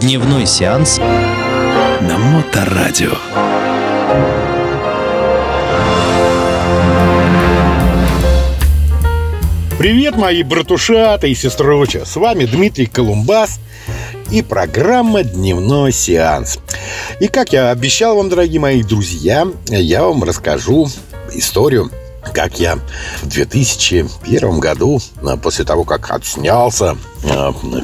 Дневной сеанс на Моторадио. Привет, мои братушата и сеструча! С вами Дмитрий Колумбас и программа «Дневной сеанс». И как я обещал вам, дорогие мои друзья, я вам расскажу историю, как я в 2001 году, после того, как отснялся в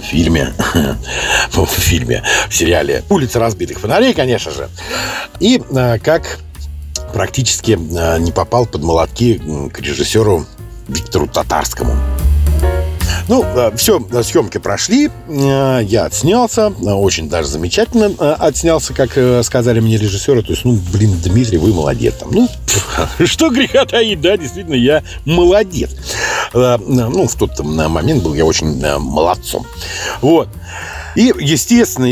сериале «Улица разбитых фонарей», конечно же, и как практически не попал под молотки к режиссеру Виктору Татарскому. Ну, все, съемки прошли, я отснялся, очень даже замечательно отснялся, как сказали мне режиссеры. То есть, Дмитрий, вы молодец. Что греха таить, да, действительно, я молодец. В тот момент был я очень молодцом. Вот. И, естественно,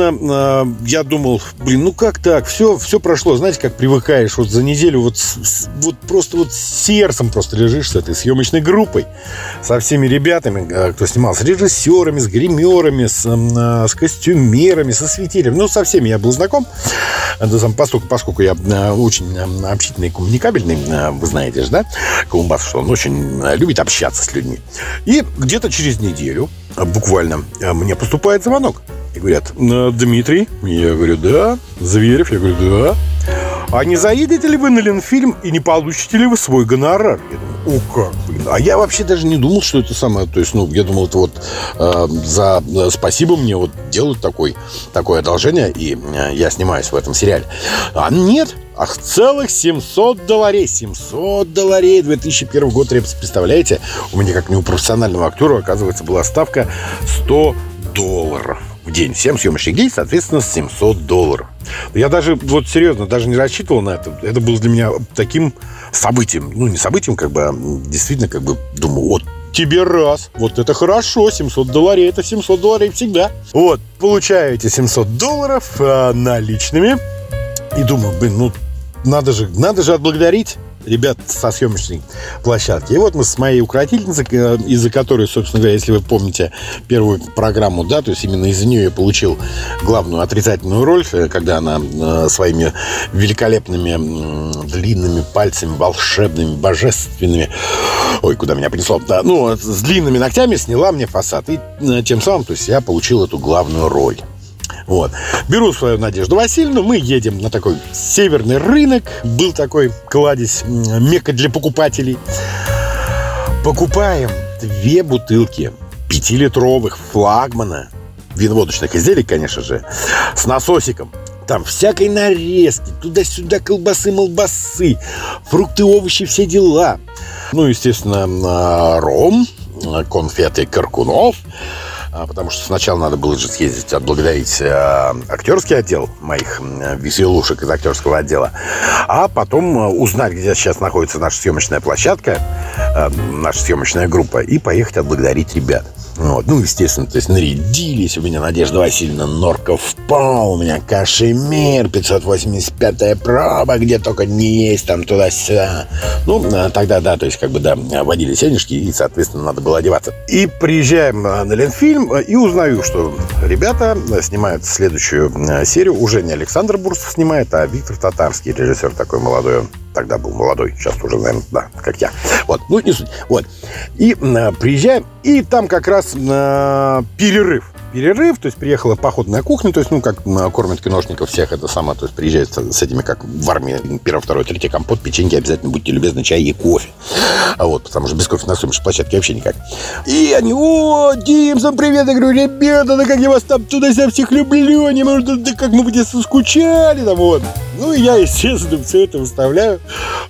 я думал, как так? Все прошло, знаете, как привыкаешь. Вот за неделю просто сердцем просто лежишь с этой съемочной группой, со всеми ребятами, кто снимался, с режиссерами, с гримерами, с костюмерами, со светилем. Со всеми я был знаком. Поскольку я очень общительный и коммуникабельный, вы знаете же, да, Колумбас, что он очень любит общаться с людьми. И где-то через неделю, буквально, мне поступает звонок. И говорят: Дмитрий? Я говорю: да. Зверев? Я говорю: да. А не заедете ли вы на Ленфильм и не получите ли вы свой гонорар? Я думаю: как? А я вообще даже не думал, что это самое. То есть, я думал, это за спасибо мне делают такое одолжение, и я снимаюсь в этом сериале. А нет. Ах, целых $700. $700, 2001 год, представляете? У меня, как не у профессионального актера, оказывается, была ставка $100 в день. 7 съемочных дней, соответственно, $700. Я даже, серьезно, даже не рассчитывал на это. Это было для меня таким событием. Не событием, а действительно, думаю, тебе раз. Это хорошо. $700, это $700 всегда. Получаю эти $700 наличными. И думаю, надо же отблагодарить ребят со съемочной площадки. И мы с моей укротительницей, из-за которой, собственно говоря, если вы помните первую программу, да, то есть именно из-за нее я получил главную отрицательную роль, когда она своими великолепными длинными пальцами, волшебными, божественными, куда меня понесло, да, с длинными ногтями сняла мне фасад. И тем самым, то есть я получил эту главную роль. Беру свою Надежду Васильевну, мы едем на такой северный рынок. Был такой кладезь, мекка для покупателей. Покупаем 2 бутылки 5-литровых флагмана виноводочных изделий, конечно же, с насосиком. Там всякой нарезки, туда-сюда колбасы-молбасы, фрукты, овощи, все дела. Естественно, ром, конфеты Каркунов. Потому что сначала надо было же съездить, отблагодарить актерский отдел моих веселушек из актерского отдела, а потом узнать, где сейчас находится наша съемочная площадка, наша съемочная группа, и поехать отблагодарить ребят. Естественно, то есть нарядились. У меня Надежда Васильевна Норков Пал, у меня Кашемир, 585-я проба, где только не есть, там туда-сюда. Тогда, да, то есть, водили сенежки, и, соответственно, надо было одеваться. И приезжаем на Ленфильм, и узнаю, что ребята снимают следующую серию. Уже не Александр Бурсов снимает, а Виктор Татарский, режиссер такой молодой. Он тогда был молодой, сейчас уже, наверное, да, как я. Не суть. И приезжаем, и там как раз перерыв, то есть приехала походная кухня, то есть, как кормят киношников всех, это самое, то есть приезжают с этими, как в армии, 1, 2, 3 компот, печеньки, обязательно будьте любезны, чай и кофе. Потому что без кофе на съемочной площадке вообще никак. И они: Димсон, привет! Я говорю: ребята, да как я вас там туда-сюда всех люблю, не может, да как мы бы соскучали там, и я, естественно, все это выставляю,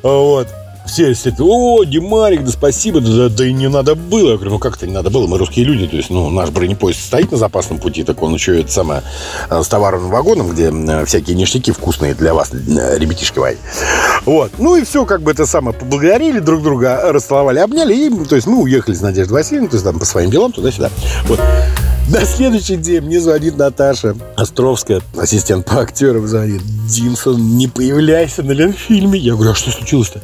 Все, Димарик, да спасибо, да и не надо было. Я говорю: как это не надо было? Мы русские люди, то есть, наш бронепоезд стоит на запасном пути, так он еще это самое с товарным вагоном, где всякие ништяки вкусные для вас, ребятишки мои. И все, это самое, поблагодарили друг друга, расцеловали, обняли, и, то есть, мы уехали с Надеждой Васильевной, то есть, там, по своим делам, туда-сюда. На следующий день мне звонит Наташа Островская, ассистент по актерам, звонит: Димсон, не появляйся на Ленфильме. Я говорю: а что случилось-то?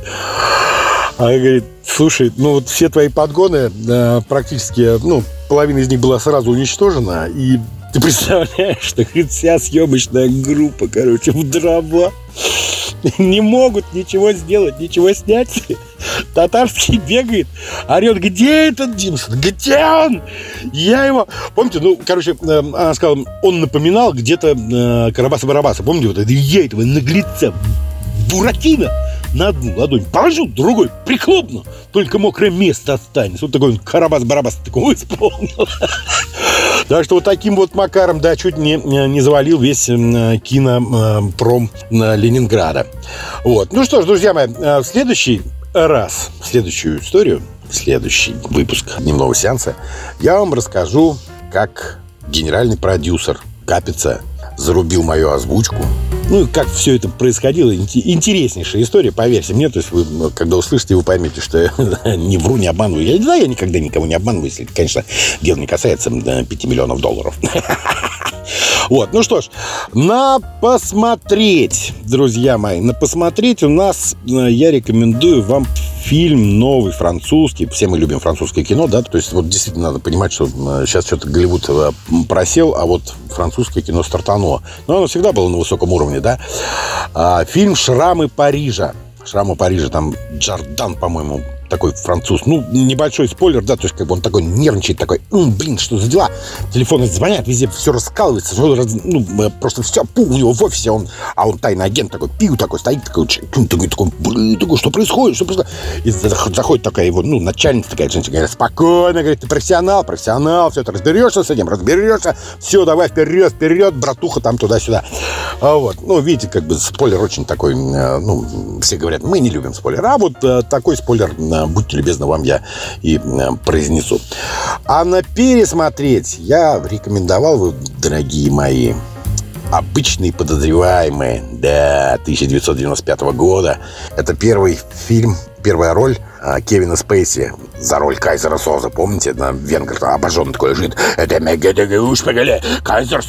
Она говорит: слушай, все твои подгоны практически, половина из них была сразу уничтожена, и Ты представляешь, что, говорит, вся съемочная группа, короче, в дрова. Не могут ничего сделать, ничего снять. Татарский бегает, орет: где этот Димсон? Где он? Я его... Помните, она сказала, он напоминал где-то Карабаса-Барабаса. Помните, вот это я этого наглеца Буратино на одну ладонь положу, другой прихлопну, только мокрое место останется. Вот такой он Карабас-Барабас такого исполнил. Так что вот таким вот макаром, да, чуть не завалил весь кинопром Ленинграда. Вот. Ну что ж, друзья мои, в следующий раз, в следующую историю, в следующий выпуск дневного сеанса я вам расскажу, как генеральный продюсер Капица зарубил мою озвучку. Ну, и как все это происходило. Интереснейшая история, поверьте мне. То есть вы, когда услышите, вы поймете, что я не вру, не обманываю. Я никогда никого не обманываю, если, конечно, дело не касается 5 миллионов долларов. Вот, ну что ж, на посмотреть, друзья мои, на посмотреть у нас, я рекомендую вам фильм новый, французский. Все мы любим французское кино, да, то есть вот действительно надо понимать, что сейчас что-то Голливуд просел, а вот французское кино стартануло. Но оно всегда было на высоком уровне, да. Фильм «Шрамы Парижа». «Шрамы Парижа», там Джордан, по-моему, такой француз. Ну, небольшой спойлер, да, то есть как бы он такой нервничает, такой, блин, что за дела? Телефоны звонят, везде все раскалывается, просто все, у него в офисе, он тайный агент такой, такой, стоит, такой, блин, такой, что происходит? И заходит такая его, начальница такая женщина, говорит: спокойно, говорит, ты профессионал, все, ты разберешься с этим, все, давай вперед, братуха, там туда-сюда. Вот, видите, как бы спойлер очень такой, все говорят, мы не любим спойлер, а вот такой спойлер, будьте любезны, вам я и произнесу. А на пересмотреть я рекомендовал, вы, дорогие мои, «Обычные подозреваемые», да, 1995 года. Это первый фильм, первая роль Кевина Спейси за роль Кайзера Соза. Помните, венгр обожженный такой лежит. Это Кайзер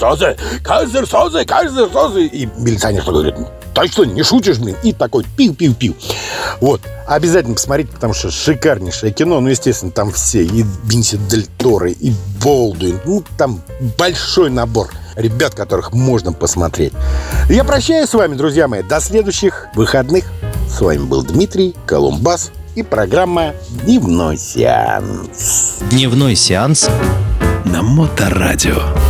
Соза. И милиционер такой говорит: ты что, не шутишь, блин? И такой пиу. Вот. Обязательно посмотрите, потому что шикарнейшее кино. Естественно, там все. И Бенисио дель Торо, и Болдуин. Там большой набор ребят, которых можно посмотреть. Я прощаюсь с вами, друзья мои. До следующих выходных. С вами был Дмитрий Колумбас и программа «Дневной сеанс». Дневной сеанс на Моторадио.